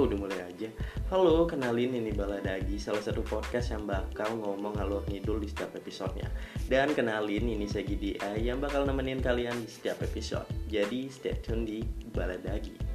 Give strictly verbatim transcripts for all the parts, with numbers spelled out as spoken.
Oh, udah mulai aja. Halo, kenalin ini Baladagi, salah satu podcast yang bakal ngomong ngalor ngidul di setiap episodenya. Dan kenalin ini saya Gidi A yang bakal nemenin kalian di setiap episode. Jadi stay tune di Baladagi.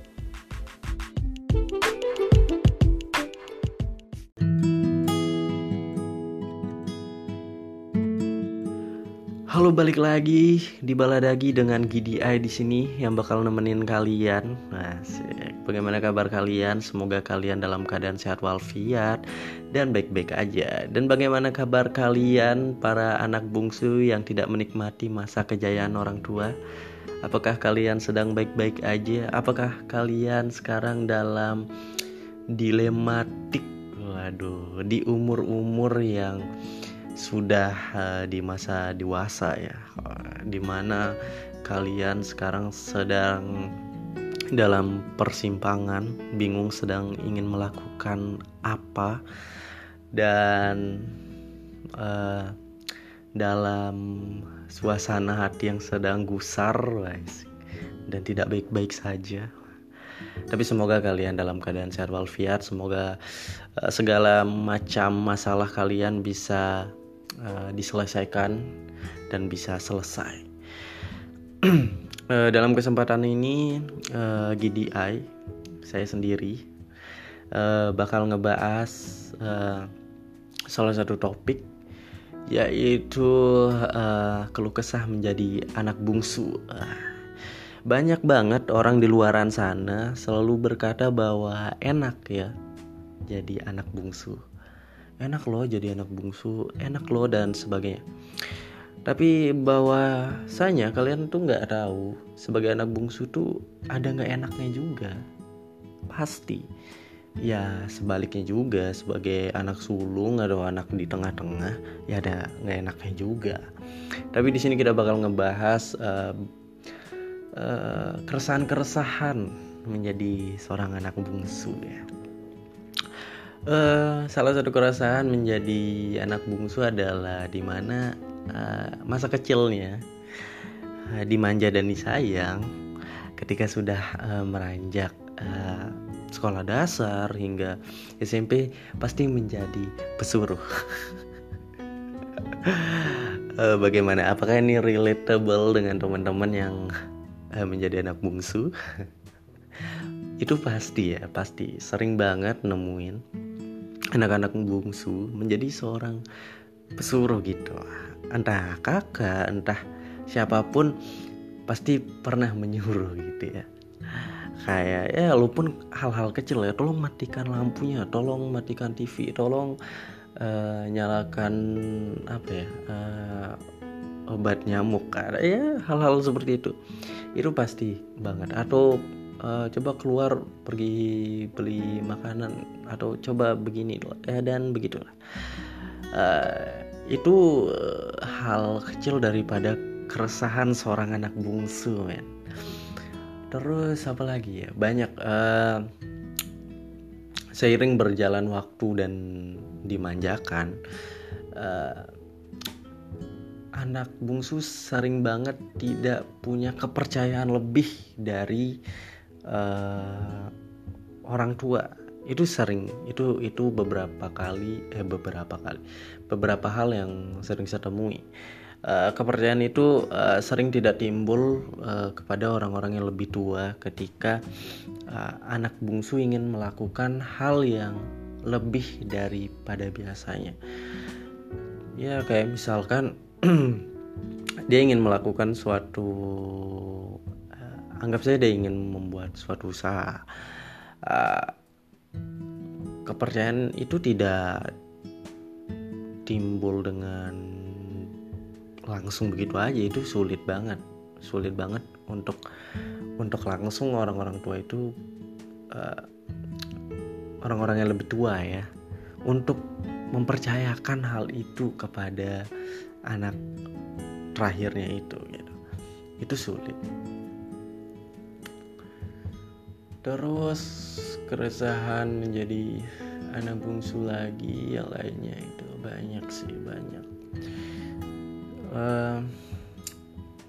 Halo, balik lagi di Baladagi dengan Gidi A di sini yang bakal nemenin kalian. Asik. Bagaimana kabar kalian? Semoga kalian dalam keadaan sehat walafiat dan baik-baik aja. Dan bagaimana kabar kalian para anak bungsu yang tidak menikmati masa kejayaan orang tua? Apakah kalian sedang baik-baik aja? Apakah kalian sekarang dalam dilematik? Waduh, di umur-umur yang sudah uh, di masa dewasa ya, uh, dimana kalian sekarang sedang dalam persimpangan, bingung sedang ingin melakukan apa, dan uh, dalam suasana hati yang sedang gusar guys, dan tidak baik-baik saja. Tapi semoga kalian dalam keadaan sehat walafiat, semoga uh, segala macam masalah kalian bisa Uh, diselesaikan dan bisa selesai. uh, Dalam kesempatan ini uh, Gidi I, saya sendiri uh, bakal ngebahas uh, salah satu topik, yaitu uh, keluh kesah menjadi anak bungsu. uh, Banyak banget orang di luaran sana selalu berkata bahwa enak ya jadi anak bungsu, enak loh jadi anak bungsu, enak loh dan sebagainya. Tapi bahwasanya kalian tuh nggak tahu sebagai anak bungsu tuh ada nggak enaknya juga, pasti. Ya sebaliknya juga, sebagai anak sulung atau anak di tengah-tengah ya ada nggak enaknya juga. Tapi di sini kita bakal ngebahas uh, uh, keresahan-keresahan menjadi seorang anak bungsu ya. Uh, salah satu keresahan menjadi anak bungsu adalah dimana uh, masa kecilnya uh, dimanja dan disayang. Ketika sudah uh, meranjak uh, sekolah dasar hingga S M P pasti menjadi pesuruh. uh, Bagaimana? Apakah ini relatable dengan teman-teman yang uh, menjadi anak bungsu? Itu pasti ya, pasti sering banget nemuin anak-anak bungsu menjadi seorang pesuruh gitu. Entah kakak, entah siapapun pasti pernah menyuruh gitu ya. Kayak ya walaupun hal-hal kecil ya, tolong matikan lampunya, tolong matikan T V, tolong uh, nyalakan apa ya uh, obat nyamuk. Ya hal-hal seperti itu itu pasti banget. Atau Uh, coba keluar pergi beli makanan, atau coba begini ya, dan begitulah. Uh, itu uh, hal kecil daripada keresahan seorang anak bungsu, men. Terus apa lagi ya? Banyak uh, seiring berjalan waktu dan dimanjakan, uh, anak bungsu sering banget tidak punya kepercayaan lebih dari Uh, orang tua. Itu sering, itu itu beberapa kali eh beberapa kali beberapa hal yang sering saya temui. Uh, kepercayaan itu uh, sering tidak timbul uh, kepada orang-orang yang lebih tua ketika uh, anak bungsu ingin melakukan hal yang lebih daripada biasanya. Ya kayak misalkan dia ingin melakukan suatu anggap saja dia ingin membuat suatu usaha. Uh, kepercayaan itu tidak timbul dengan langsung begitu aja. Itu sulit banget, sulit banget untuk untuk langsung orang-orang tua itu, uh, orang-orang yang lebih tua ya, untuk mempercayakan hal itu kepada anak terakhirnya itu. Gitu. Itu sulit. Terus keresahan menjadi anak bungsu lagi yang lainnya itu banyak sih, banyak. Uh,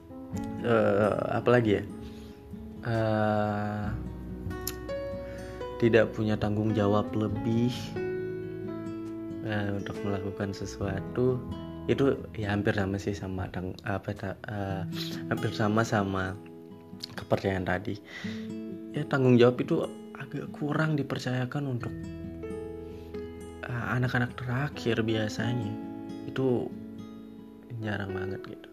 uh, apa lagi ya? Uh, tidak punya tanggung jawab lebih uh, untuk melakukan sesuatu, itu ya hampir sama sih sama tang- apa uh, hampir sama sama kepercayaan tadi. Ya tanggung jawab itu agak kurang dipercayakan untuk uh, anak-anak terakhir biasanya. Itu jarang banget gitu.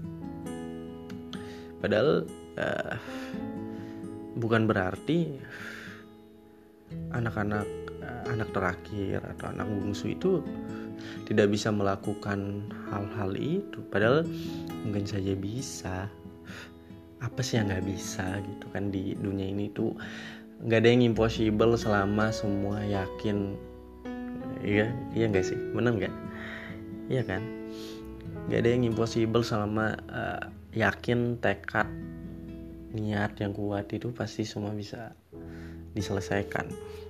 Padahal uh, bukan berarti anak-anak uh, anak terakhir atau anak bungsu itu tidak bisa melakukan hal-hal itu. Padahal mungkin saja bisa. Apa sih yang nggak bisa gitu kan, di dunia ini tuh nggak ada yang impossible selama semua yakin. Iya iya nggak sih, benar nggak? Iya kan, nggak ada yang impossible selama uh, yakin, tekad, niat yang kuat, itu pasti semua bisa diselesaikan.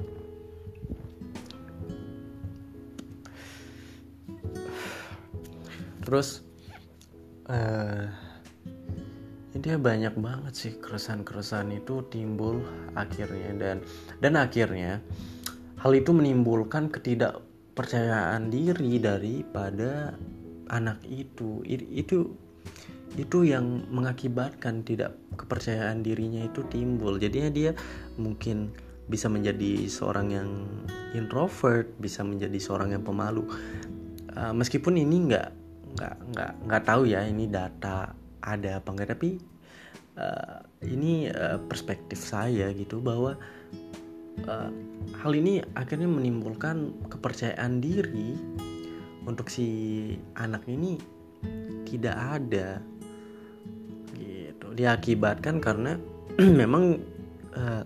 Terus uh, dia banyak banget sih keresahan-keresahan itu timbul akhirnya, dan dan akhirnya hal itu menimbulkan ketidakpercayaan diri daripada anak itu. Itu itu yang mengakibatkan tidak kepercayaan dirinya itu timbul. Jadinya dia mungkin bisa menjadi seorang yang introvert, bisa menjadi seorang yang pemalu. Uh, meskipun ini nggak nggak nggak nggak tahu ya ini data ada apa enggak, tapi uh, ini uh, perspektif saya gitu, bahwa uh, hal ini akhirnya menimbulkan kepercayaan diri untuk si anak ini tidak ada gitu. Diakibatkan karena memang uh,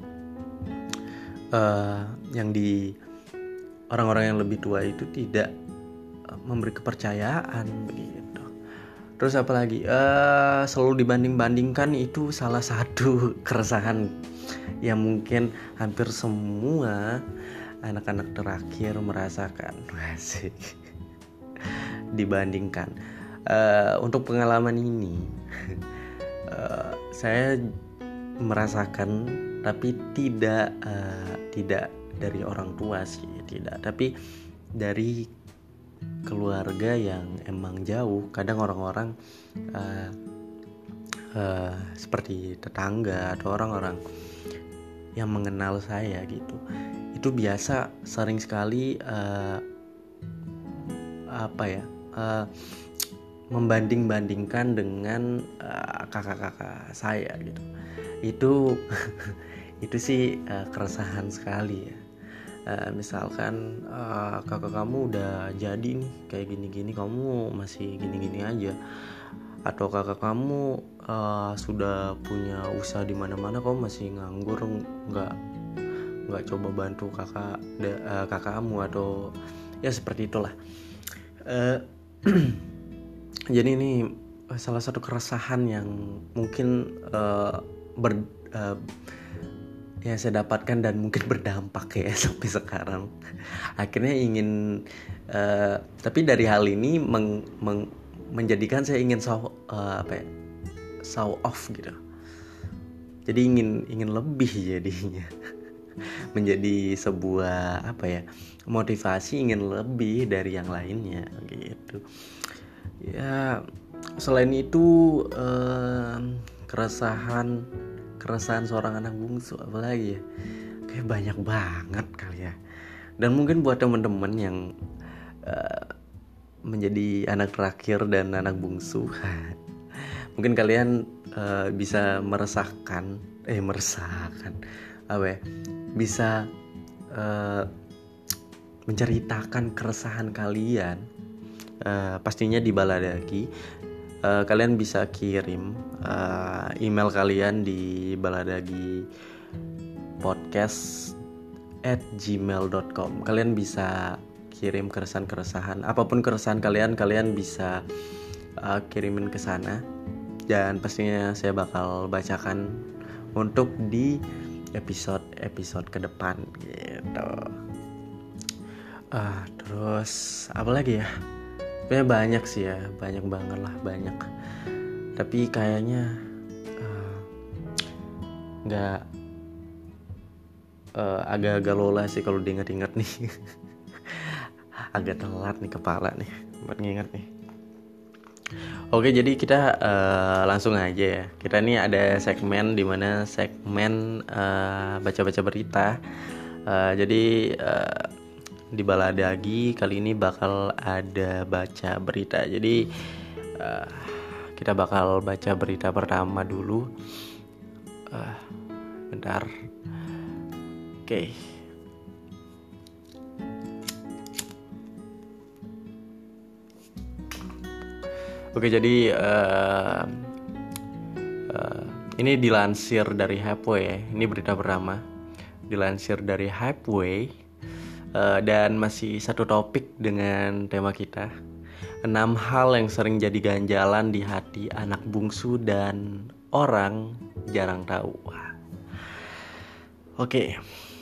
uh, yang di orang-orang yang lebih tua itu tidak uh, memberi kepercayaan begitu. Terus apalagi uh, selalu dibanding-bandingkan, itu salah satu keresahan yang mungkin hampir semua anak-anak terakhir merasakan. Asik. Dibandingkan. Uh, untuk pengalaman ini uh, saya merasakan, tapi tidak uh, tidak dari orang tua sih, tidak, tapi dari keluarga yang emang jauh. Kadang orang-orang uh, uh, seperti tetangga atau orang-orang yang mengenal saya gitu, itu biasa sering sekali uh, apa ya uh, membanding-bandingkan dengan uh, kakak-kakak saya gitu. Itu itu sih uh, keresahan sekali ya. Uh, misalkan uh, kakak kamu udah jadi nih kayak gini-gini, kamu masih gini-gini aja. Atau kakak kamu uh, sudah punya usaha di mana-mana, kamu masih nganggur, nggak nggak coba bantu kakak uh, kakakmu, atau ya seperti itulah. Uh, jadi ini salah satu keresahan yang mungkin uh, ber uh, ya saya dapatkan dan mungkin berdampak ya sampai sekarang. Akhirnya ingin uh, tapi dari hal ini meng, meng, menjadikan saya ingin show uh, apa ya show off gitu. Jadi ingin ingin lebih jadinya. Menjadi sebuah apa ya motivasi, ingin lebih dari yang lainnya gitu. Ya selain itu uh, keresahan keresahan seorang anak bungsu apalagi ya, kayak banyak banget kali ya. Dan mungkin buat teman-teman yang uh, menjadi anak terakhir dan anak bungsu mungkin kalian uh, bisa meresahkan eh meresahkan apa ya bisa uh, menceritakan keresahan kalian, uh, pastinya di Baladagi. Uh, kalian bisa kirim uh, email kalian di baladagi podcast at gmail dot com. Kalian bisa kirim keresahan-keresahan, apapun keresahan kalian, kalian bisa uh, kirimin ke sana, dan pastinya saya bakal bacakan untuk di episode-episode ke depan gitu. Uh, terus apa lagi ya? Kayaknya banyak sih ya, banyak banget lah, banyak. Tapi kayaknya uh, nggak uh, agak-agak lola sih kalau diingat-ingat nih. Agak telat nih kepala nih buat nginget nih. Oke, jadi kita uh, langsung aja ya. Kita nih ada segmen dimana segmen uh, baca-baca berita. Uh, jadi uh, di Baladagi kali ini bakal ada baca berita. Jadi uh, kita bakal baca berita pertama dulu. Uh, bentar. Oke. Okay. Oke, jadi uh, uh, ini dilansir dari Hypeway ya. Ini berita pertama. Dilansir dari Hypeway uh, dan masih satu topik dengan tema kita. Enam hal yang sering jadi ganjalan di hati anak bungsu dan orang jarang tahu. Oke.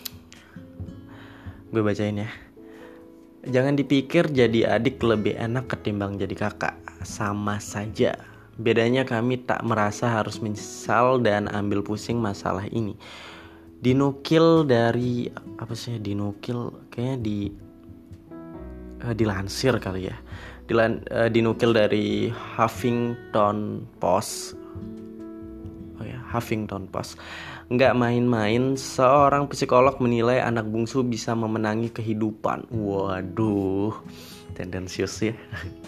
Gue bacain ya. Jangan dipikir jadi adik lebih enak ketimbang jadi kakak. Sama saja. Bedanya kami tak merasa harus menyesal dan ambil pusing masalah ini. Dinukil dari apa sih? Dinukil kayaknya di uh, dilansir kali ya. Dilan, uh, dinukil dari Huffington Post. Oh ya, Huffington Post. Nggak main-main, seorang psikolog menilai anak bungsu bisa memenangi kehidupan. Waduh, tendensius ya.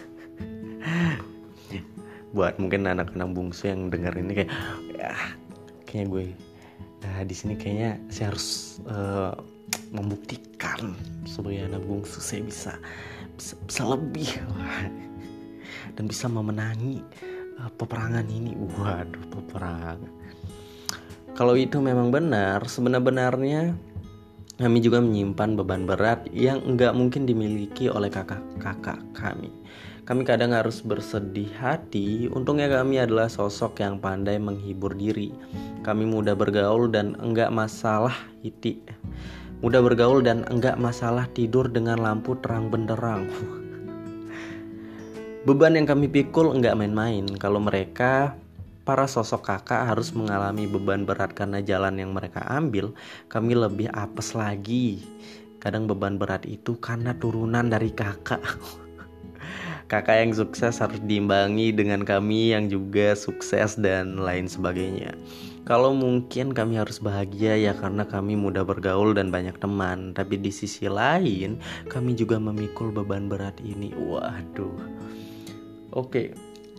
Buat mungkin anak-anak bungsu yang denger ini kayak, ya, kayaknya gue, nah di sini kayaknya saya harus uh, membuktikan sebagai anak bungsu saya bisa, bisa, bisa lebih dan bisa memenangi uh, peperangan ini. Waduh, peperangan. Kalau itu memang benar, sebenar-benarnya kami juga menyimpan beban berat yang enggak mungkin dimiliki oleh kakak-kakak kami. Kami kadang harus bersedih hati, untungnya kami adalah sosok yang pandai menghibur diri. Kami mudah bergaul dan enggak masalah hiti. Mudah bergaul dan enggak masalah tidur dengan lampu terang benderang. Beban yang kami pikul enggak main-main. Kalau mereka, para sosok kakak harus mengalami beban berat karena jalan yang mereka ambil, kami lebih apes lagi. Kadang beban berat itu karena turunan dari kakak. Kakak yang sukses harus diimbangi dengan kami yang juga sukses dan lain sebagainya. Kalau mungkin kami harus bahagia ya karena kami mudah bergaul dan banyak teman. Tapi di sisi lain kami juga memikul beban berat ini. Waduh. Oke.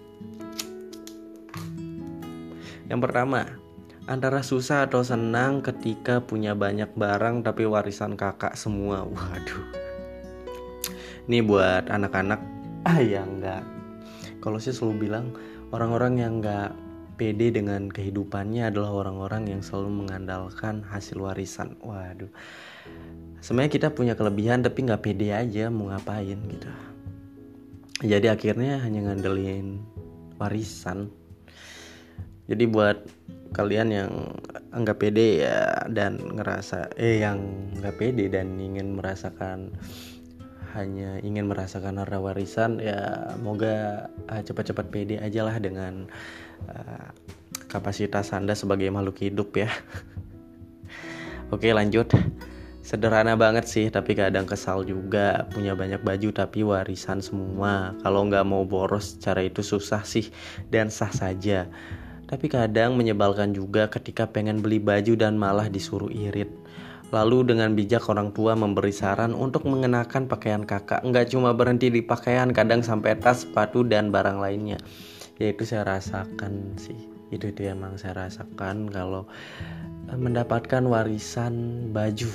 Yang pertama, antara susah atau senang ketika punya banyak barang tapi warisan kakak semua. Waduh. Ini buat anak-anak ah yang enggak, kalau saya selalu bilang orang-orang yang enggak pede dengan kehidupannya adalah orang-orang yang selalu mengandalkan hasil warisan. Waduh, sebenarnya kita punya kelebihan tapi enggak pede aja mau ngapain gitu. Jadi akhirnya hanya ngandelin warisan. Jadi buat kalian yang enggak pede ya dan ngerasa eh yang enggak pede dan ingin merasakan hanya ingin merasakan harta warisan, ya moga uh, cepat-cepat pede aja lah dengan uh, kapasitas Anda sebagai makhluk hidup ya. Oke, lanjut. Sederhana banget sih, tapi kadang kesal juga. Punya banyak baju tapi warisan semua. Kalau nggak mau boros, cara itu susah sih dan sah saja. Tapi kadang menyebalkan juga ketika pengen beli baju dan malah disuruh irit. Lalu dengan bijak orang tua memberi saran untuk mengenakan pakaian kakak. Nggak cuma berhenti di pakaian, kadang sampai tas, sepatu, dan barang lainnya. Yaitu saya rasakan sih. Itu dia emang saya rasakan kalau mendapatkan warisan baju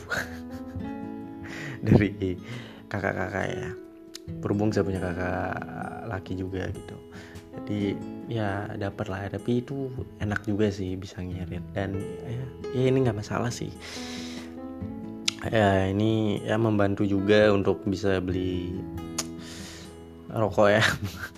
dari kakak-kakak ya. Berhubung saya punya kakak laki juga gitu. Jadi ya dapat lah. Tapi itu enak juga sih bisa ngirit. Dan ya, ya ini nggak masalah sih. Ya ini ya membantu juga untuk bisa beli rokok ya.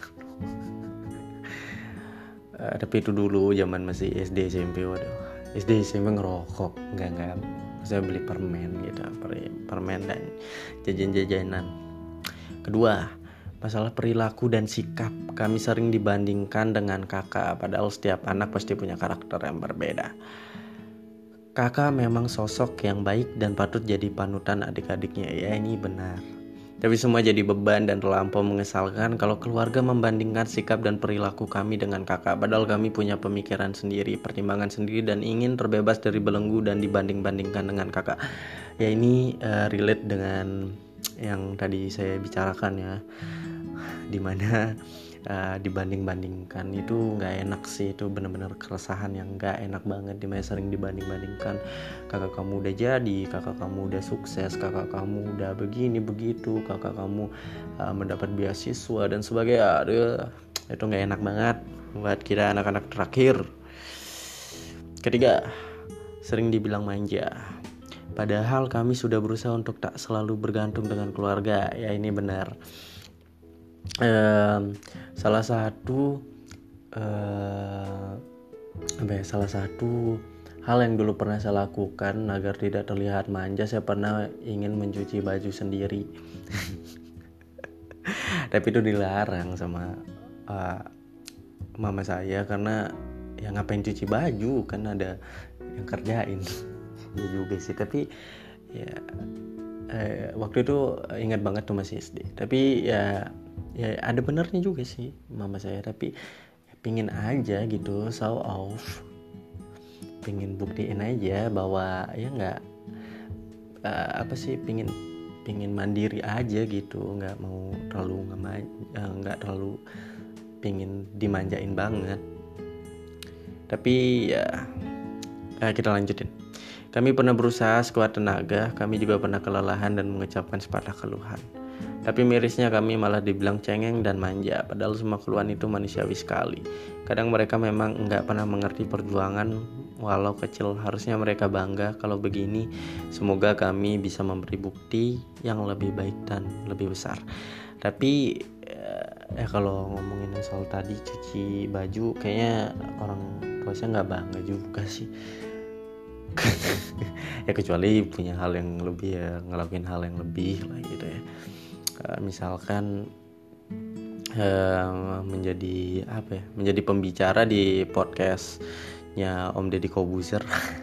uh, Tapi itu dulu zaman masih S D S M P. Waduh, S D S M P ngerokok. Enggak enggak saya beli permen gitu, permen dan jajan-jajanan. Kedua, masalah perilaku dan sikap. Kami sering dibandingkan dengan kakak, padahal setiap anak pasti punya karakter yang berbeda. kakak memang sosok yang baik dan patut jadi panutan adik-adiknya. Ya, ini benar. Tapi semua jadi beban dan terlampau mengesalkan kalau keluarga membandingkan sikap dan perilaku kami dengan kakak. Padahal kami punya pemikiran sendiri, pertimbangan sendiri, dan ingin terbebas dari belenggu dan dibanding-bandingkan dengan kakak. Ya, ini uh, relate dengan yang tadi saya bicarakan ya, dimana uh, dibanding-bandingkan itu nggak enak sih. Itu benar-benar keresahan yang nggak enak banget, dimana sering dibanding-bandingkan. Kakak kamu udah jadi, kakak kamu udah sukses, kakak kamu udah begini begitu, kakak kamu uh, mendapat beasiswa dan sebagainya. Aduh, itu nggak enak banget buat kita anak-anak terakhir. Ketiga, sering dibilang manja. Padahal kami sudah berusaha untuk tak selalu bergantung dengan keluarga. Ya, ini benar. Um, salah satu uh, apa ya, salah satu hal yang dulu pernah saya lakukan agar tidak terlihat manja, saya pernah ingin mencuci baju sendiri. Tapi itu dilarang sama uh, mama saya, karena ya ngapain cuci baju, kan ada yang kerjain. Ya juga sih, tapi ya eh, waktu itu ingat banget tuh masih S D. Tapi ya ya ada benernya juga sih mama saya, tapi ya, pingin aja gitu show off, pingin buktiin aja bahwa ya nggak uh, apa sih pingin pingin mandiri aja gitu, nggak mau terlalu nggak uh, terlalu pingin dimanjain banget. Tapi ya uh, kita lanjutin. Kami pernah berusaha sekuat tenaga, kami juga pernah kelelahan dan mengucapkan sepatah keluhan. Tapi mirisnya kami malah dibilang cengeng dan manja, padahal semua keluhan itu manusiawi sekali. Kadang mereka memang enggak pernah mengerti perjuangan, walau kecil. Harusnya mereka bangga kalau begini. Semoga kami bisa memberi bukti yang lebih baik dan lebih besar. Tapi ya kalau ngomongin soal tadi cuci baju, kayaknya orang tua saya nggak bangga juga sih. Ya kecuali punya hal yang lebih, ya ngelakuin hal yang lebih lah gitu ya. Uh, misalkan uh, menjadi apa ya, menjadi pembicara di podcastnya Om Deddy Kobuzer.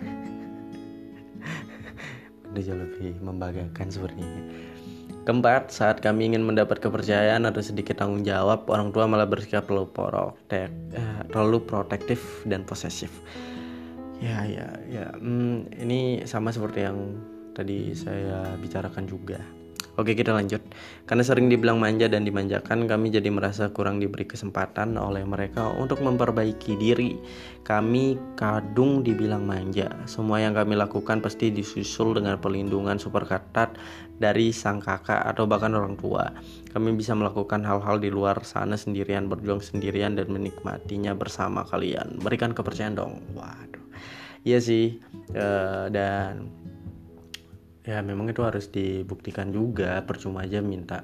Udah jauh lebih membanggakan sebenarnya. Keempat, saat kami ingin mendapat kepercayaan atau sedikit tanggung jawab, orang tua malah bersikap terlalu protek, uh, terlalu protektif dan posesif. Ya ya ya, hmm, ini sama seperti yang tadi saya bicarakan juga. Oke, kita lanjut. Karena sering dibilang manja dan dimanjakan, kami jadi merasa kurang diberi kesempatan oleh mereka untuk memperbaiki diri. Kami kadung dibilang manja. Semua yang kami lakukan pasti disusul dengan perlindungan super ketat dari sang kakak atau bahkan orang tua. Kami bisa melakukan hal-hal di luar sana sendirian, berjuang sendirian dan menikmatinya bersama kalian. Berikan kepercayaan dong. Waduh. Iya sih, uh, dan ya memang itu harus dibuktikan juga. Percuma aja minta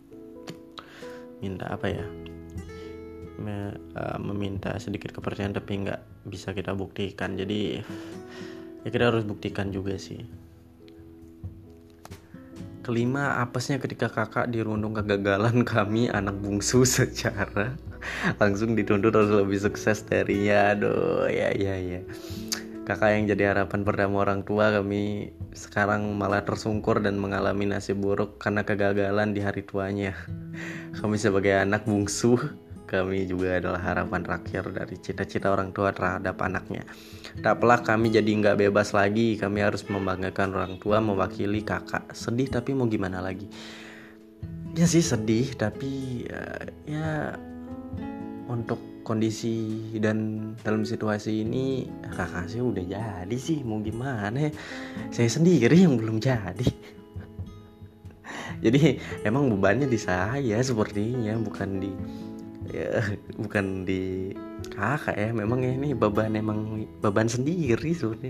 minta apa ya, Me, uh, meminta sedikit kepercayaan tapi nggak bisa kita buktikan. Jadi ya kita harus buktikan juga sih. Kelima, apesnya ketika kakak dirundung kegagalan kami anak bungsu secara langsung dituntut harus lebih sukses darinya. Aduh, ya ya ya. Kakak yang jadi harapan pertama orang tua kami sekarang malah tersungkur dan mengalami nasib buruk karena kegagalan di hari tuanya. Kami sebagai anak bungsu, kami juga adalah harapan terakhir dari cita-cita orang tua terhadap anaknya. Tak pelak kami jadi nggak bebas lagi, kami harus membanggakan orang tua mewakili kakak. Sedih tapi mau gimana lagi? Ya sih sedih, tapi ya, ya untuk kondisi dan dalam situasi ini kakak saya udah jadi sih, mau gimana ya, saya sendiri yang belum jadi. Jadi emang bebannya di saya sepertinya, bukan di ya, bukan di kakak ya. Memang ya ini beban, emang beban sendiri sebenarnya.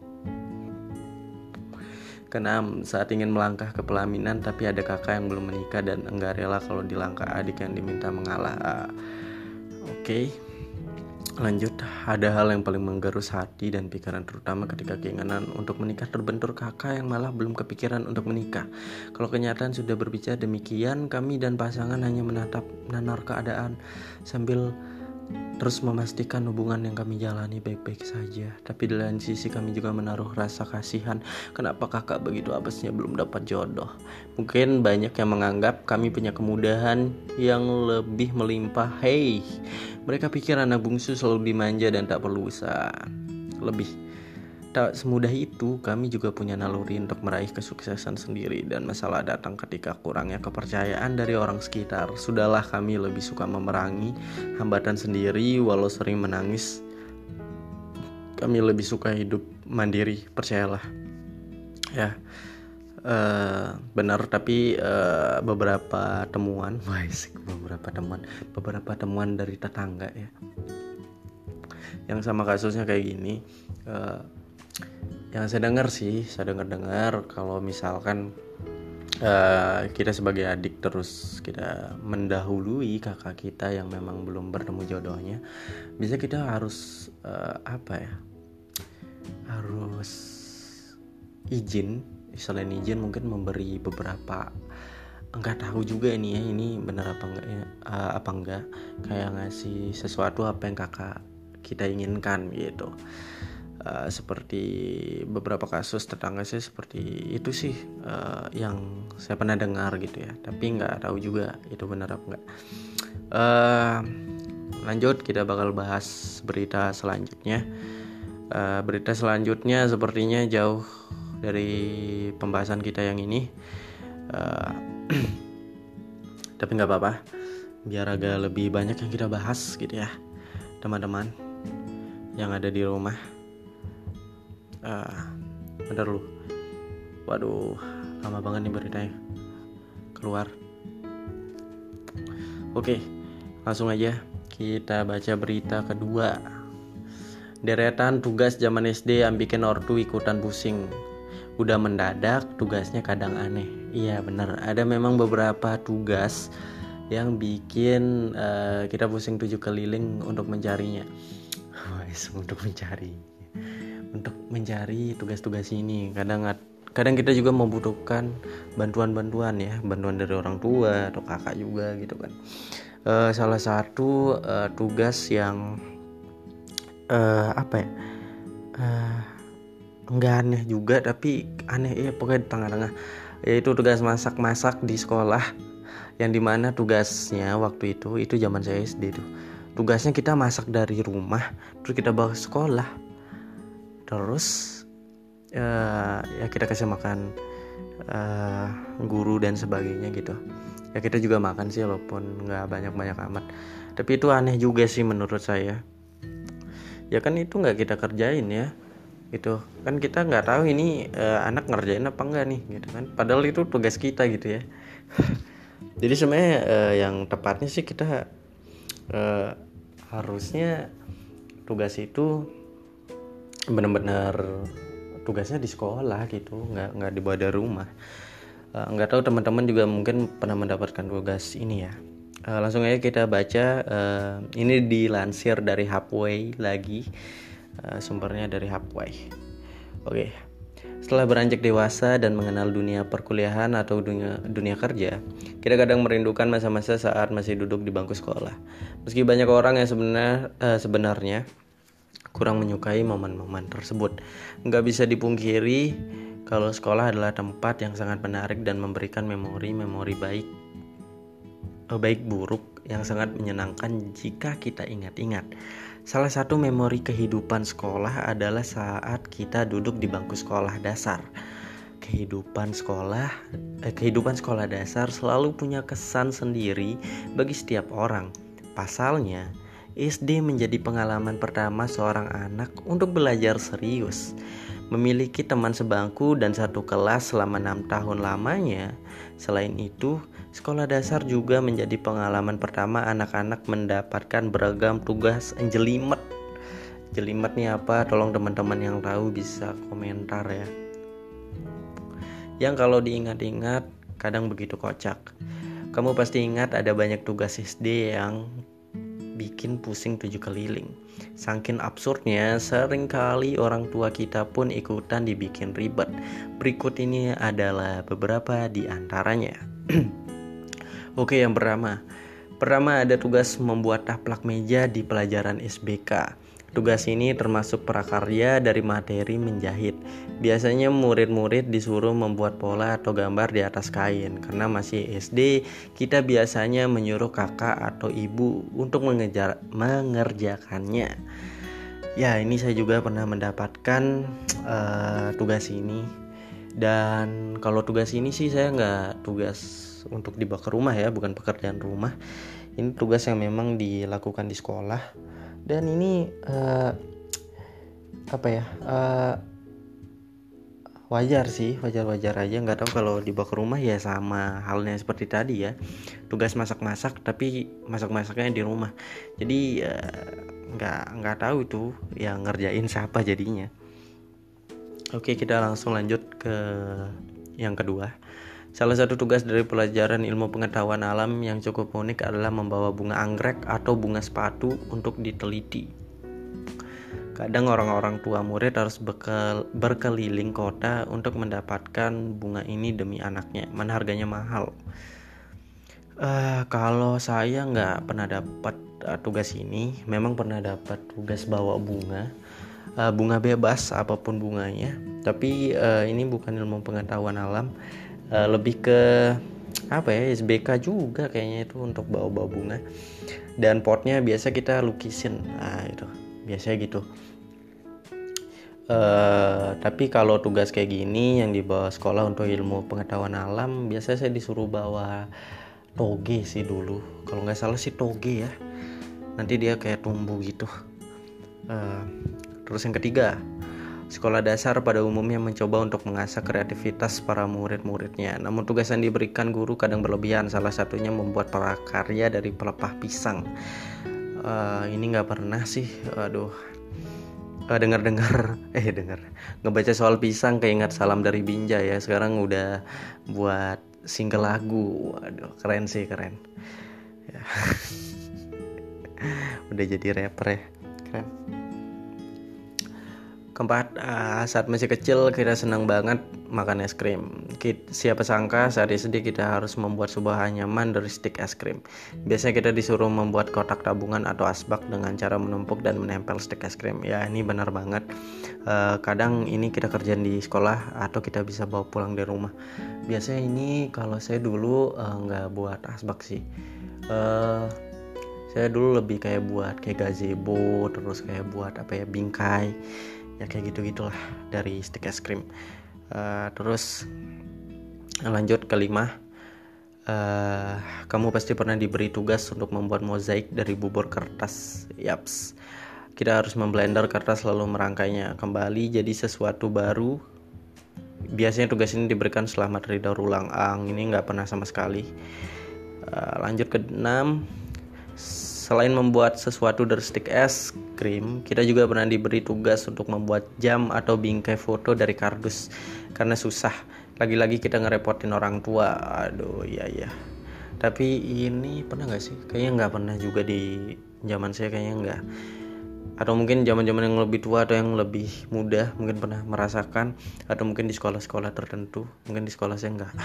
Keenam, saat ingin melangkah ke pelaminan tapi ada kakak yang belum menikah dan enggak rela kalau dilangkah adik yang diminta mengalah. Oke, lanjut. Ada hal yang paling menggerus hati dan pikiran, terutama ketika keinginan untuk menikah terbentur kakak yang malah belum kepikiran untuk menikah. Kalau kenyataan sudah berbicara demikian, kami dan pasangan hanya menatap nanar keadaan sambil terus memastikan hubungan yang kami jalani baik-baik saja. Tapi di lain sisi kami juga menaruh rasa kasihan, kenapa kakak begitu apesnya belum dapat jodoh. Mungkin banyak yang menganggap kami punya kemudahan yang lebih melimpah. Hey, mereka pikir anak bungsu selalu dimanja dan tak perlu usaha lebih. Tak semudah itu, kami juga punya naluri untuk meraih kesuksesan sendiri, dan masalah datang ketika kurangnya kepercayaan dari orang sekitar. Sudahlah, kami lebih suka memerangi hambatan sendiri, walau sering menangis. Kami lebih suka hidup mandiri, percayalah. Ya, uh, benar. Tapi uh, beberapa temuan, guys, beberapa temuan, beberapa temuan dari tetangga ya, yang sama kasusnya kayak gini. Uh, Yang saya dengar sih, saya dengar-dengar kalau misalkan uh, kita sebagai adik terus kita mendahului kakak kita yang memang belum bertemu jodohnya, biasanya kita harus uh, apa ya? Harus izin, selain izin mungkin memberi beberapa, enggak tahu juga ini ya, ini benar apa enggak ya, uh, apa enggak, kayak ngasih sesuatu apa yang kakak kita inginkan gitu. Uh, seperti beberapa kasus tetangga saya seperti itu sih, uh, yang saya pernah dengar gitu ya, tapi nggak tahu juga itu benar apa enggak. Uh, lanjut, kita bakal bahas berita selanjutnya. Uh, berita selanjutnya sepertinya jauh dari pembahasan kita yang ini, uh, tapi nggak apa-apa, biar agak lebih banyak yang kita bahas gitu ya, teman-teman yang ada di rumah. Ah, bentar lu. Waduh, lama banget nih beritanya keluar. Oke, langsung aja kita baca berita kedua. Deretan tugas zaman S D yang bikin ortu ikutan pusing. Udah mendadak, tugasnya kadang aneh. Iya bener, ada memang beberapa tugas yang bikin uh, kita pusing tujuh keliling untuk mencarinya. Wais, untuk mencari untuk mencari tugas-tugas ini. Kadang kadang kita juga membutuhkan bantuan-bantuan ya, bantuan dari orang tua atau kakak juga gitu kan. Uh, salah satu uh, tugas yang uh, apa ya? Uh, enggak aneh juga, tapi aneh ya, pokoknya di tengah-tengah, yaitu tugas masak-masak di sekolah, yang dimana tugasnya waktu itu itu zaman saya S D tuh, tugasnya kita masak dari rumah terus kita bawa ke sekolah, terus uh, ya kita kasih makan uh, guru dan sebagainya gitu ya. Kita juga makan sih walaupun nggak banyak-banyak amat, tapi itu aneh juga sih menurut saya. Ya kan itu nggak kita kerjain ya, gitu kan, kita nggak tahu ini uh, anak ngerjain apa enggak nih gitu kan, padahal itu tugas kita gitu ya. Jadi sebenarnya uh, yang tepatnya sih kita uh, harusnya tugas itu benar-benar tugasnya di sekolah gitu, nggak nggak dibawa dari rumah. Uh, nggak tahu teman-teman juga mungkin pernah mendapatkan tugas ini ya. Uh, langsung aja kita baca. Uh, ini dilansir dari Hapway lagi. Uh, sumbernya dari Hapway. Oke. Okay. Setelah beranjak dewasa dan mengenal dunia perkuliahan atau dunia, dunia kerja, kita kadang merindukan masa-masa saat masih duduk di bangku sekolah. Meski banyak orang yang sebenar, uh, sebenarnya kurang menyukai momen-momen tersebut, nggak bisa dipungkiri kalau sekolah adalah tempat yang sangat menarik dan memberikan memori-memori baik, uh, baik buruk yang sangat menyenangkan jika kita ingat-ingat. Salah satu memori kehidupan sekolah adalah saat kita duduk di bangku sekolah dasar. Kehidupan sekolah, eh, kehidupan sekolah dasar selalu punya kesan sendiri bagi setiap orang. Pasalnya, S D menjadi pengalaman pertama seorang anak untuk belajar serius. Memiliki teman sebangku dan satu kelas selama enam tahun lamanya. Selain itu, sekolah dasar juga menjadi pengalaman pertama anak-anak mendapatkan beragam tugas jelimet. Jelimet nih apa? Tolong teman-teman yang tahu bisa komentar ya. Yang kalau diingat-ingat kadang begitu kocak. Kamu pasti ingat ada banyak tugas S D yang bikin pusing tujuh keliling. Saking absurdnya, seringkali orang tua kita pun ikutan dibikin ribet. Berikut ini adalah beberapa di antaranya. Oke, yang pertama, Pertama ada tugas membuat taplak meja di pelajaran S B K. Tugas ini termasuk prakarya dari materi menjahit. Biasanya murid-murid disuruh membuat pola atau gambar di atas kain. Karena masih S D, kita biasanya menyuruh kakak atau ibu untuk mengejar, mengerjakannya. Ya, ini saya juga pernah mendapatkan uh, tugas ini. Dan kalau tugas ini sih saya nggak tugas untuk dibawa ke rumah ya, bukan pekerjaan rumah. Ini tugas yang memang dilakukan di sekolah. Dan ini uh, apa ya uh, wajar sih, wajar-wajar aja. Nggak tahu kalau dibawa ke rumah ya sama halnya seperti tadi ya, tugas masak-masak tapi masak-masaknya di rumah. Jadi uh, nggak nggak tahu itu yang ngerjain siapa jadinya. Oke, kita langsung lanjut ke yang kedua. Salah satu tugas dari pelajaran ilmu pengetahuan alam yang cukup unik adalah membawa bunga anggrek atau bunga sepatu untuk diteliti. Kadang orang-orang tua murid harus bekel, berkeliling kota untuk mendapatkan bunga ini demi anaknya. Mana harganya mahal. Uh, kalau saya nggak pernah dapat uh, tugas ini, memang pernah dapat tugas bawa bunga. Uh, bunga bebas apapun bunganya. Tapi uh, ini bukan ilmu pengetahuan alam. Uh, lebih ke apa ya, S B K juga kayaknya itu untuk bawa-bawa bunga. Dan potnya biasa kita lukisin, nah itu biasanya gitu. Uh, tapi kalau tugas kayak gini yang dibawa sekolah untuk ilmu pengetahuan alam, biasanya saya disuruh bawa toge sih dulu. Kalau nggak salah sih toge ya. Nanti dia kayak tumbuh gitu. Uh, terus yang ketiga, sekolah dasar pada umumnya mencoba untuk mengasah kreativitas para murid-muridnya. Namun tugas yang diberikan guru kadang berlebihan. Salah satunya membuat prakarya dari pelepah pisang. Uh, ini nggak pernah sih. Aduh, uh, dengar-dengar, eh dengar, ngebaca soal pisang keingat Salam dari Binjai ya. Sekarang udah buat single lagu. Waduh, keren sih, keren. Ya. Udah jadi rapper ya, keren. Keempat, uh, saat masih kecil kita senang banget makan es krim. Kita, siapa sangka saat S D kita harus membuat sebuah anyaman dari stik es krim. Biasanya kita disuruh membuat kotak tabungan atau asbak dengan cara menumpuk dan menempel stik es krim. Ya, ini benar banget. Uh, kadang ini kita kerjain di sekolah atau kita bisa bawa pulang di rumah. Biasanya ini kalau saya dulu uh, nggak buat asbak sih. Uh, saya dulu lebih kayak buat kayak gazebo, terus kayak buat apa ya, bingkai. Ya kayak gitu-gitulah dari stik es krim. Uh, terus lanjut ke lima. Uh, kamu pasti pernah diberi tugas untuk membuat mozaik dari bubur kertas. Yaps. Kita harus memblender kertas lalu merangkainya kembali jadi sesuatu baru. Biasanya tugas ini diberikan setelah materi daur ulang. Ang ini nggak pernah sama sekali. Uh, lanjut ke enam. Selain membuat sesuatu dari stik es krim, kita juga pernah diberi tugas untuk membuat jam atau bingkai foto dari kardus. Karena susah, lagi-lagi kita ngerepotin orang tua. Aduh, iya iya. Tapi ini pernah gak sih? Kayaknya gak pernah juga di zaman saya, kayaknya gak. Atau mungkin zaman-zaman yang lebih tua atau yang lebih muda mungkin pernah merasakan. Atau mungkin di sekolah-sekolah tertentu. Mungkin di sekolah saya enggak.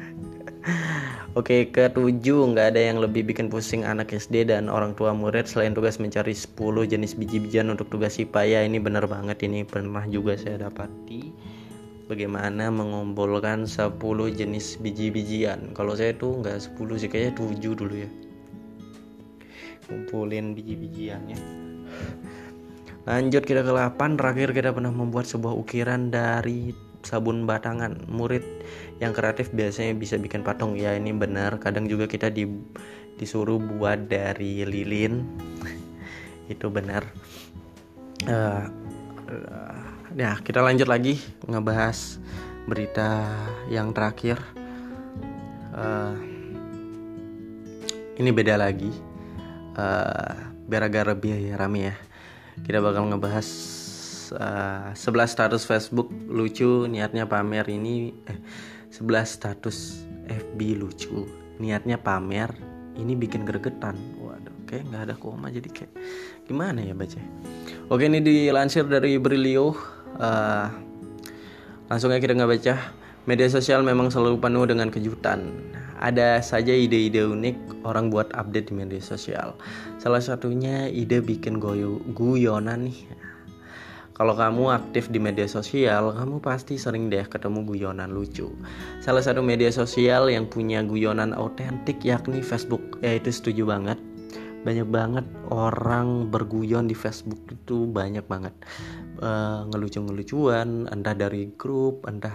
Oke, ketujuh, nggak ada yang lebih bikin pusing anak S D dan orang tua murid selain tugas mencari sepuluh jenis biji-bijian untuk tugas I P A. Ya, ini benar banget, ini pernah juga saya dapati. Bagaimana mengumpulkan sepuluh jenis biji-bijian. Kalau saya tuh nggak sepuluh sih, kayaknya tujuh dulu ya. Kumpulin biji-bijiannya. Lanjut kita ke delapan. Terakhir kita pernah membuat sebuah ukiran dari sabun batangan. Murid yang kreatif biasanya bisa bikin patung. Ya, ini benar. Kadang juga kita di, disuruh buat dari lilin. Itu benar. Uh, uh, ya, kita lanjut lagi ngebahas berita yang terakhir. Uh, ini beda lagi. Uh, biar agak lebih rame ya. Kita bakal ngebahas Uh, sebelas status Facebook lucu niatnya pamer ini eh sebelas status F B lucu niatnya pamer ini bikin gregetan. Waduh, kayak nggak ada koma jadi kayak gimana ya baca. Oke, ini dilansir dari Brilio. Uh, langsung aja kita nggak baca. Media sosial memang selalu penuh dengan kejutan. ada saja ide-ide unik orang buat update di media sosial. Salah satunya ide bikin goyo, guyonan nih. Kalau kamu aktif di media sosial, kamu pasti sering deh ketemu guyonan lucu. Salah satu media sosial yang punya guyonan autentik yakni Facebook. Ya itu setuju banget. Banyak banget orang berguyon di Facebook itu, banyak banget uh, ngelucu-ngelucuan, entah dari grup, entah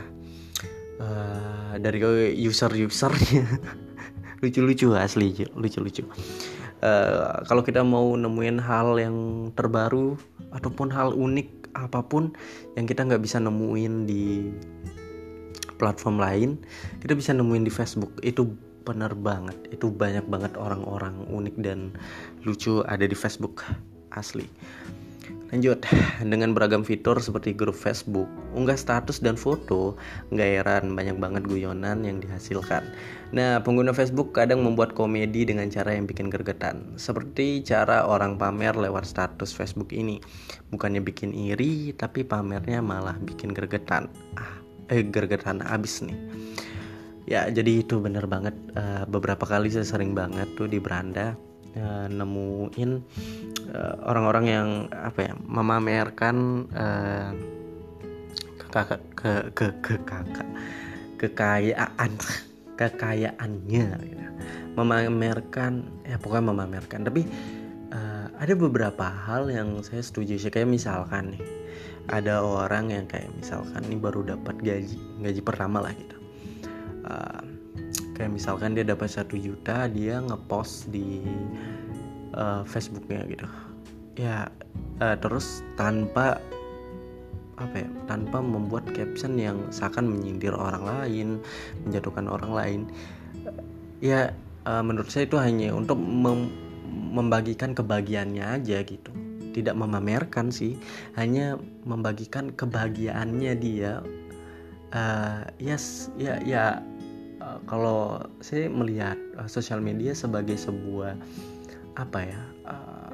uh, dari user-usernya. Lucu-lucu asli, lucu-lucu. Uh, kalau kita mau nemuin hal yang terbaru ataupun hal unik apapun yang kita nggak bisa nemuin di platform lain, kita bisa nemuin di Facebook. Itu benar banget, itu banyak banget orang-orang unik dan lucu ada di Facebook, asli. Lanjut, dengan beragam fitur seperti grup Facebook, unggah status dan foto, nggak heran banyak banget guyonan yang dihasilkan. Nah, pengguna Facebook kadang membuat komedi dengan cara yang bikin gregetan, seperti cara orang pamer lewat status Facebook ini. Bukannya bikin iri, tapi pamernya malah bikin gregetan. Ah, eh gregetan abis nih. Ya, jadi itu bener banget. Uh, beberapa kali saya sering banget tuh di beranda uh, nemuin uh, orang-orang yang apa ya memamerkan uh, ke kakak ke ke ke kakak kekayaan kekayaannya, gitu. Memamerkan, ya pokoknya memamerkan. Tapi uh, ada beberapa hal yang saya setuju sih, kayak misalkan nih ada orang yang kayak misalkan nih baru dapat gaji gaji pertama lah gitu. Uh, kayak misalkan dia dapat satu juta, dia ngepost di uh, Facebooknya gitu ya, uh, terus tanpa apa ya tanpa membuat caption yang seakan menyindir orang lain, menjatuhkan orang lain. Uh, ya uh, menurut saya itu hanya untuk mem- membagikan kebahagiaannya aja gitu, tidak memamerkan sih, hanya membagikan kebahagiaannya dia. Uh, yes ya ya Uh, kalau saya melihat uh, sosial media sebagai sebuah apa ya uh,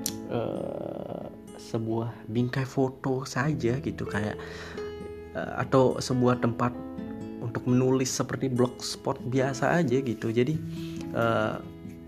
uh, sebuah bingkai foto saja gitu, kayak uh, atau sebuah tempat untuk menulis seperti blogspot biasa aja gitu. Jadi uh,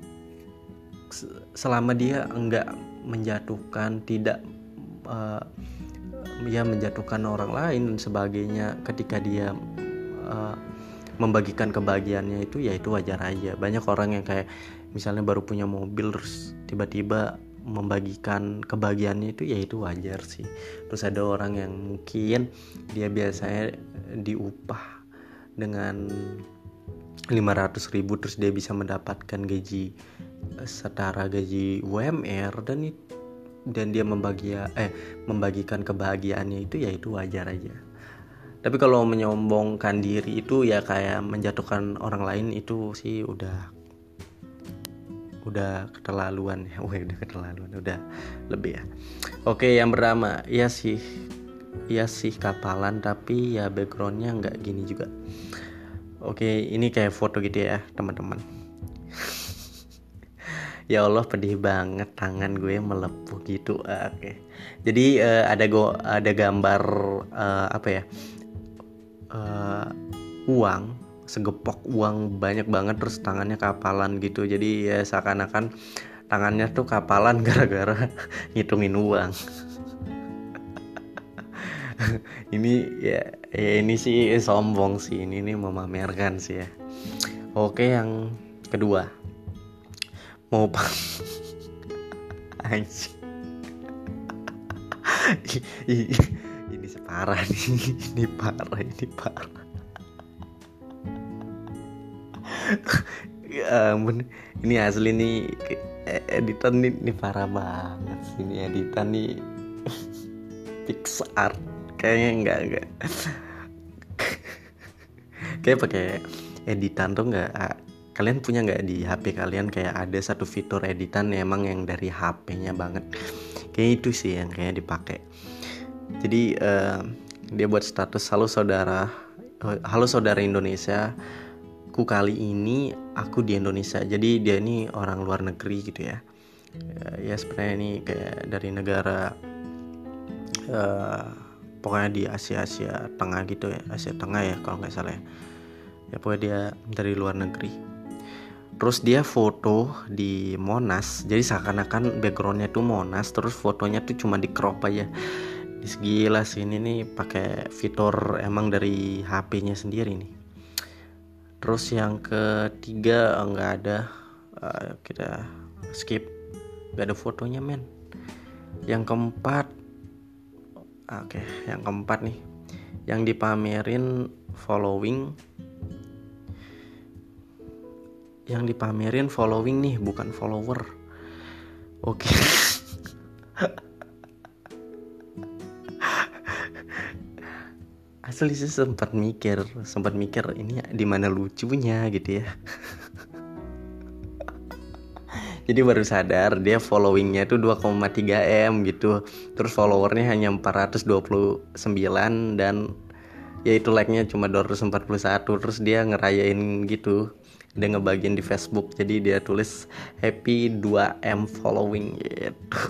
selama dia enggak menjatuhkan, tidak uh, ya menjatuhkan orang lain dan sebagainya, ketika dia uh, membagikan kebahagiaannya itu, ya itu wajar aja. Banyak orang yang kayak misalnya baru punya mobil terus tiba-tiba membagikan kebahagiaannya itu, ya itu wajar sih. Terus ada orang yang mungkin dia biasanya diupah dengan lima ratus ribu terus dia bisa mendapatkan gaji setara gaji U M R, dan dan dia membagi eh membagikan kebahagiaannya itu, ya itu wajar aja. Tapi kalau menyombongkan diri itu ya kayak menjatuhkan orang lain, itu sih udah udah keterlaluan ya. Wah, udah keterlaluan, udah lebih ya. Oke, yang pertama, ya sih ya sih kapalan, tapi ya backgroundnya nggak gini juga. Oke, ini kayak foto gitu ya teman-teman. Ya Allah, pedih banget, tangan gue melepuh gitu. Oke, jadi uh, ada go ada gambar uh, apa ya Uh, uang, segepok uang banyak banget, terus tangannya kapalan gitu. Jadi ya seakan-akan tangannya tuh kapalan gara-gara ngitungin uang. Ini ya, ya ini sih sombong sih, ini nih memamerkan sih ya. Oke, yang kedua, mau pak anjing. Ini separah nih, ini parah, ini parah. Ya ampun, ini asli nih editan nih, nih parah banget sih, ini editan nih Pixar kayaknya, enggak enggak kayak pakai editan tuh enggak. Kalian punya nggak di H P kalian kayak ada satu fitur editan ya, emang yang dari H P-nya banget, kayak itu sih yang kayak dipakai. Jadi uh, dia buat status, halo saudara, uh, halo saudara Indonesia, ku kali ini aku di Indonesia. Jadi dia ini orang luar negeri gitu ya. Uh, ya sebenarnya ini kayak dari negara uh, pokoknya di Asia Asia Tengah gitu ya, Asia Tengah ya kalau nggak salah ya. Ya pokoknya dia dari luar negeri. Terus dia foto di Monas, jadi seakan-akan backgroundnya tuh Monas, terus fotonya tuh cuma di crop aja. Gila sih ini nih pakai fitur emang dari H P-nya sendiri nih. Terus yang ketiga nggak ada, uh, kita skip, nggak ada fotonya men. Yang keempat, oke, okay, yang keempat nih, yang dipamerin following, yang dipamerin following nih bukan follower. Oke. Okay. Asli sih sempat mikir, sempat mikir ini di mana lucunya gitu ya. Jadi baru sadar dia followingnya tuh dua koma tiga M gitu. Terus followernya hanya empat ratus dua puluh sembilan dan yaitu like-nya cuma dua ratus empat puluh satu. Terus dia ngerayain gitu. Dia ngebagiin di Facebook. Jadi dia tulis happy dua M following gitu.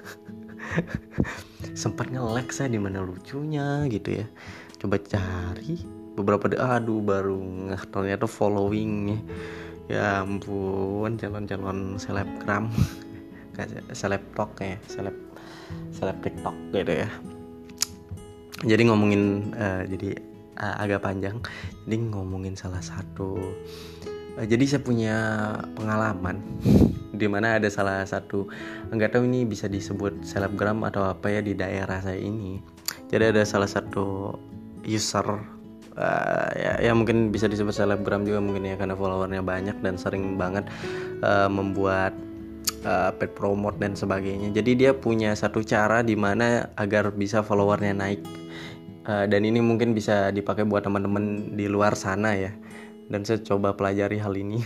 Sempat nge-like saya di mana lucunya gitu ya. Coba cari beberapa de- aduh baru ngeh ternyata followingnya. Ya ampun, calon-calon selebgram, seleb talk ya, seleb seleb TikTok gitu ya. Jadi ngomongin uh, jadi uh, agak panjang. Jadi ngomongin salah satu. Uh, jadi saya punya pengalaman di mana ada salah satu, enggak tahu ini bisa disebut selebgram atau apa ya di daerah saya ini. Jadi ada salah satu user, uh, ya, ya mungkin bisa disebut selebgram juga mungkin ya karena followernya banyak dan sering banget uh, membuat uh, paid promote dan sebagainya. Jadi dia punya satu cara di mana agar bisa followernya naik, uh, dan ini mungkin bisa dipakai buat teman-teman di luar sana ya. Dan saya coba pelajari hal ini.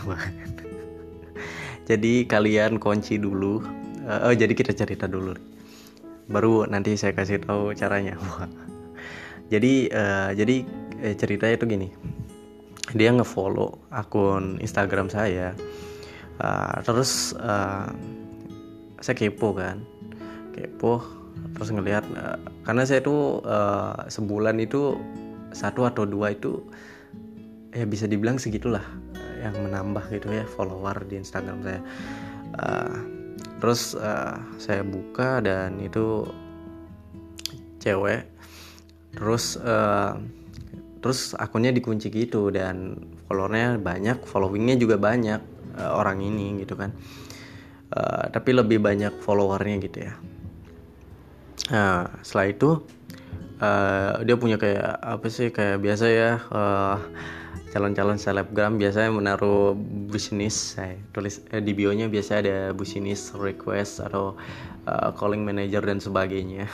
Jadi kalian kunci dulu. Uh, oh jadi kita cerita dulu. Baru nanti saya kasih tahu caranya. Jadi uh, jadi eh, ceritanya itu gini. Dia ngefollow akun Instagram saya. Uh, terus uh, saya kepo kan. Kepo terus ngelihat uh, karena saya tuh uh, sebulan itu satu atau dua itu ya bisa dibilang segitulah uh, yang menambah gitu ya follower di Instagram saya. Uh, terus uh, saya buka dan itu cewek. Terus uh, terus akunnya dikunci gitu dan followernya banyak, followingnya juga banyak uh, orang ini gitu kan. Uh, tapi lebih banyak followernya gitu ya. Nah setelah itu uh, dia punya kayak apa sih kayak biasa ya uh, calon-calon selebgram biasanya menaruh bisnis, saya tulis eh, di bio-nya biasa ada bisnis request atau uh, calling manager dan sebagainya.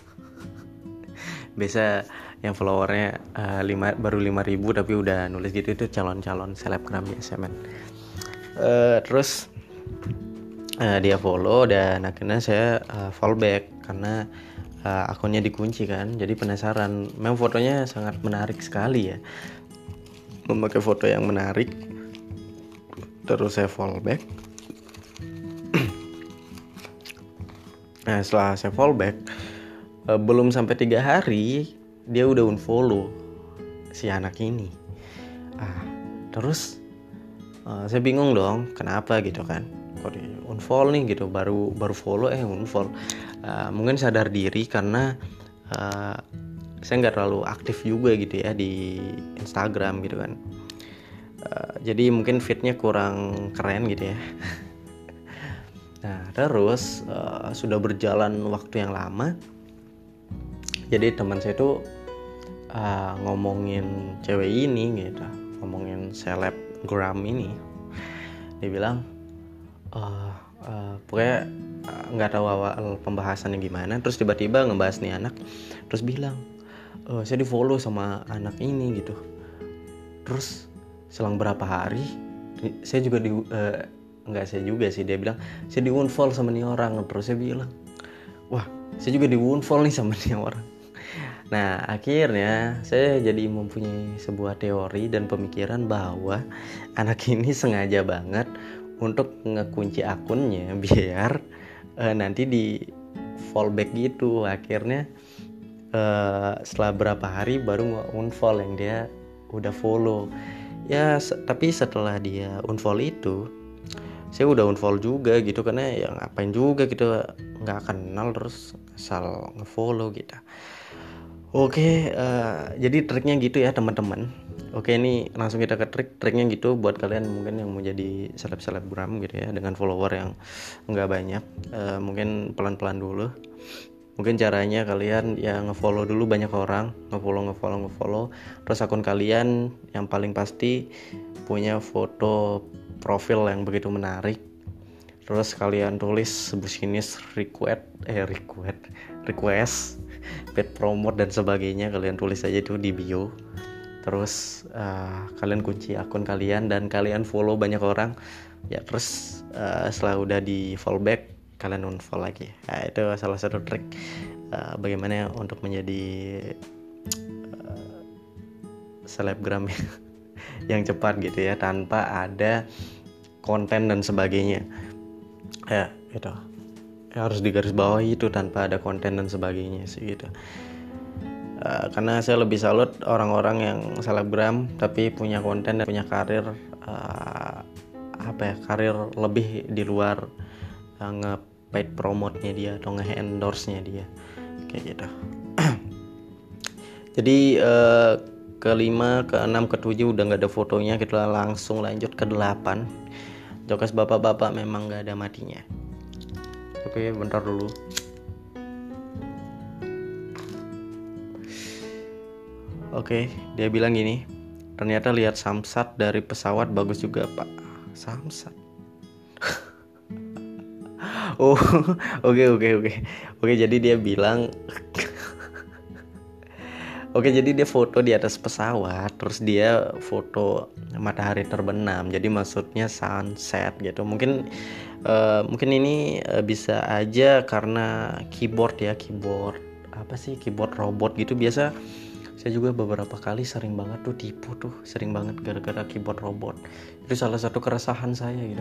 Biasa yang followernya uh, lima, baru lima ribu tapi udah nulis gitu, itu calon-calon selebgram biasa men. Uh, terus uh, dia follow dan akhirnya saya uh, follow back karena uh, akunnya dikunci kan. Jadi penasaran, memang fotonya sangat menarik sekali ya, memakai foto yang menarik. Terus saya follow back. Nah setelah saya follow back, Uh, belum sampai tiga hari dia udah unfollow si anak ini. Ah, terus uh, saya bingung dong, kenapa gitu kan? Kok di unfollow nih gitu, baru baru follow eh unfollow. Uh, mungkin sadar diri karena uh, saya nggak terlalu aktif juga gitu ya di Instagram gitu kan. Uh, jadi mungkin feednya kurang keren gitu ya. Nah terus uh, sudah berjalan waktu yang lama. Jadi teman saya tuh uh, ngomongin cewek ini gitu, ngomongin selebgram ini. Dia bilang, uh, uh, pokoknya nggak uh, tahu awal pembahasannya gimana. Terus tiba-tiba ngebahas nih anak, terus bilang, uh, saya di follow sama anak ini gitu. Terus selang berapa hari, saya juga di, uh, nggak saya juga sih, dia bilang, saya di unfollow sama nih orang. Terus saya bilang, wah, saya juga di unfollow nih sama nih orang. Nah akhirnya saya jadi mempunyai sebuah teori dan pemikiran bahwa anak ini sengaja banget untuk ngekunci akunnya biar uh, nanti di fallback gitu. Akhirnya uh, setelah berapa hari baru nge-unfollow yang dia udah follow. Ya se- tapi setelah dia unfollow itu saya udah unfollow juga gitu, karena ya ngapain juga gitu, nggak kenal terus asal ngefollow gitu. Oke, uh, jadi triknya gitu ya teman-teman. Oke, ini langsung kita ke trik triknya gitu buat kalian mungkin yang mau jadi seleb selebgram gitu ya, dengan follower yang nggak banyak. Uh, mungkin pelan-pelan dulu. Mungkin caranya kalian ya ngefollow dulu banyak orang, ngefollow ngefollow ngefollow. Terus akun kalian yang paling pasti punya foto profil yang begitu menarik. Terus kalian tulis sebusinis request eh request request paid promote dan sebagainya, kalian tulis aja tuh di bio. Terus uh, kalian kunci akun kalian dan kalian follow banyak orang ya. Terus uh, setelah udah di follow back, kalian unfollow lagi. Nah, itu salah satu trik uh, bagaimana untuk menjadi uh, selebgram yang cepat gitu ya, tanpa ada konten dan sebagainya ya gitu. Harus digarisbawahi itu, tanpa ada konten dan sebagainya sih gitu. Uh, karena saya lebih salut orang-orang yang selebgram tapi punya konten dan punya karir uh, apa ya karir lebih di luar uh, nge-paid promote-nya dia atau nge-endorse-nya dia kayak gitu. Jadi uh, kelima, keenam, ketujuh udah nggak ada fotonya, kita langsung lanjut ke delapan. Jokes bapak-bapak memang nggak ada matinya. Oke, bentar dulu. Oke, dia bilang gini, ternyata lihat samsat dari pesawat bagus juga pak. Samsat. Oh, oke oke oke oke. Jadi dia bilang, oke jadi dia foto di atas pesawat, terus dia foto matahari terbenam. Jadi maksudnya sunset gitu. Mungkin uh, mungkin ini uh, bisa aja karena keyboard ya, keyboard apa sih keyboard robot gitu. Biasa saya juga beberapa kali sering banget tuh tipu tuh, sering banget gara-gara keyboard robot. Itu salah satu keresahan saya gitu.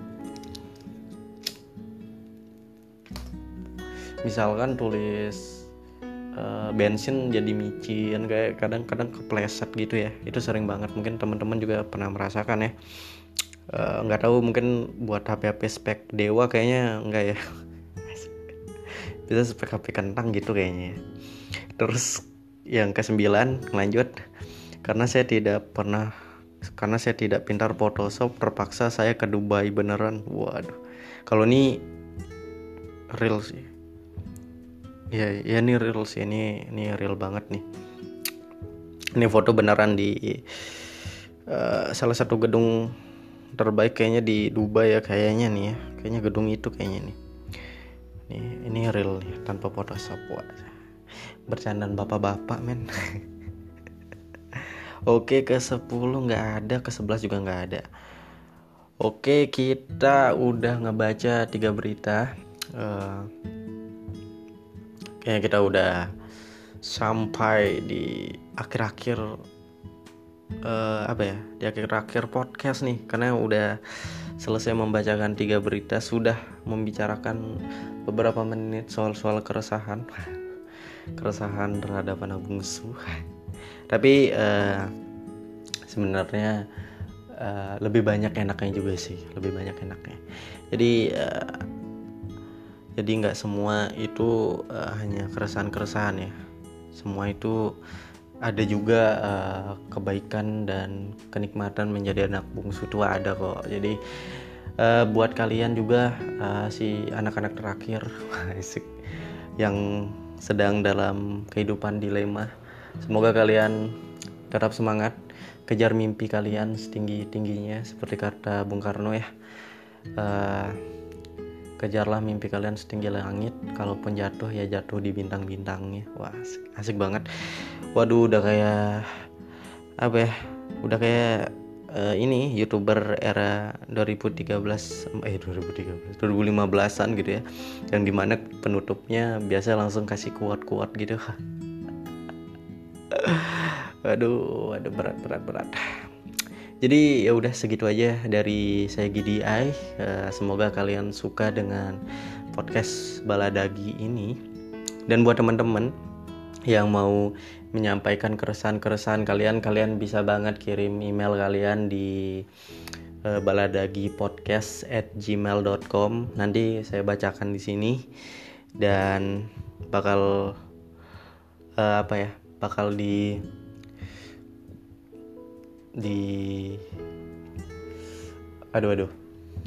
Misalkan tulis uh, bensin jadi micin, kayak kadang-kadang kepleset gitu ya. Itu sering banget, mungkin teman-teman juga pernah merasakan ya. Nggak uh, tahu mungkin buat H P H P spek dewa kayaknya enggak ya. Bisa spek H P kentang gitu kayaknya. Terus yang kesembilan, lanjut, karena saya tidak pernah karena saya tidak pintar Photoshop, terpaksa saya ke Dubai beneran. Waduh, kalau ini real sih. Ya, ya ini real sih, ini ini real banget nih. Ini foto beneran di uh, salah satu gedung terbaik kayaknya di Dubai ya, kayaknya nih ya. Kayaknya gedung itu kayaknya nih. Nih, ini real nih, tanpa Photoshop. Wah, bercandaan bapak-bapak men. Oke, ke sepuluh nggak ada, ke sebelas juga nggak ada. Oke, kita udah ngebaca tiga berita. Uh, kayaknya kita udah sampai di akhir-akhir uh, apa ya? Di akhir-akhir podcast nih, karena udah selesai membacakan tiga berita, sudah membicarakan beberapa menit soal-soal keresahan. keresahan terhadap anak bungsu. Tapi uh, sebenarnya uh, lebih banyak enaknya juga sih, lebih banyak enaknya. Jadi uh, jadi nggak semua itu uh, hanya keresahan-keresahan ya. Semua itu ada juga uh, kebaikan dan kenikmatan menjadi anak bungsu itu ada kok. Jadi uh, buat kalian juga uh, si anak-anak terakhir yang sedang dalam kehidupan dilema, semoga kalian tetap semangat, kejar mimpi kalian setinggi-tingginya seperti kata Bung Karno ya. Uh, kejarlah mimpi kalian setinggi langit, kalaupun jatuh ya jatuh di bintang-bintangnya. Wah, asik, asik banget. Waduh, udah kayak apa ya? Udah kayak uh, ini YouTuber era dua ribu tiga belas eh dua ribu tiga belas dua ribu lima belasan gitu ya, yang dimana penutupnya biasa langsung kasih kuat-kuat gitu. Waduh, waduh berat berat berat. Jadi ya udah segitu aja dari saya G D I. Uh, semoga kalian suka dengan podcast Baladagi ini. Dan buat teman-teman yang mau menyampaikan keresahan-keresahan kalian, kalian bisa banget kirim email kalian di uh, baladagipodcast at gmail dot com. Nanti saya bacakan di sini dan bakal uh, apa ya? Bakal di di aduh aduh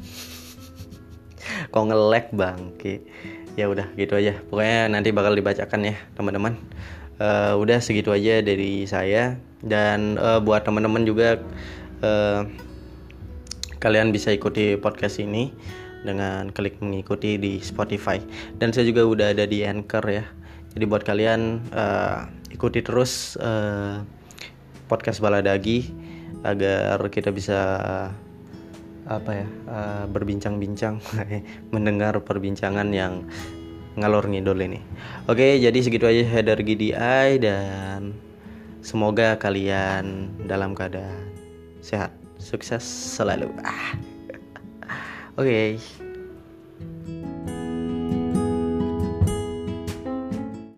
kok nge-lag bangke. Ya udah gitu aja, pokoknya nanti bakal dibacakan ya teman-teman. Uh, udah segitu aja dari saya, dan uh, buat teman-teman juga uh, kalian bisa ikuti podcast ini dengan klik mengikuti di Spotify, dan saya juga udah ada di Anchor ya. Jadi buat kalian uh, ikuti terus uh, podcast Baladagi agar kita bisa apa ya uh, berbincang-bincang mendengar perbincangan yang ngalor ngidul ini. Oke, jadi segitu aja dari G D I, dan semoga kalian dalam keadaan sehat, sukses selalu. Ah. Oke.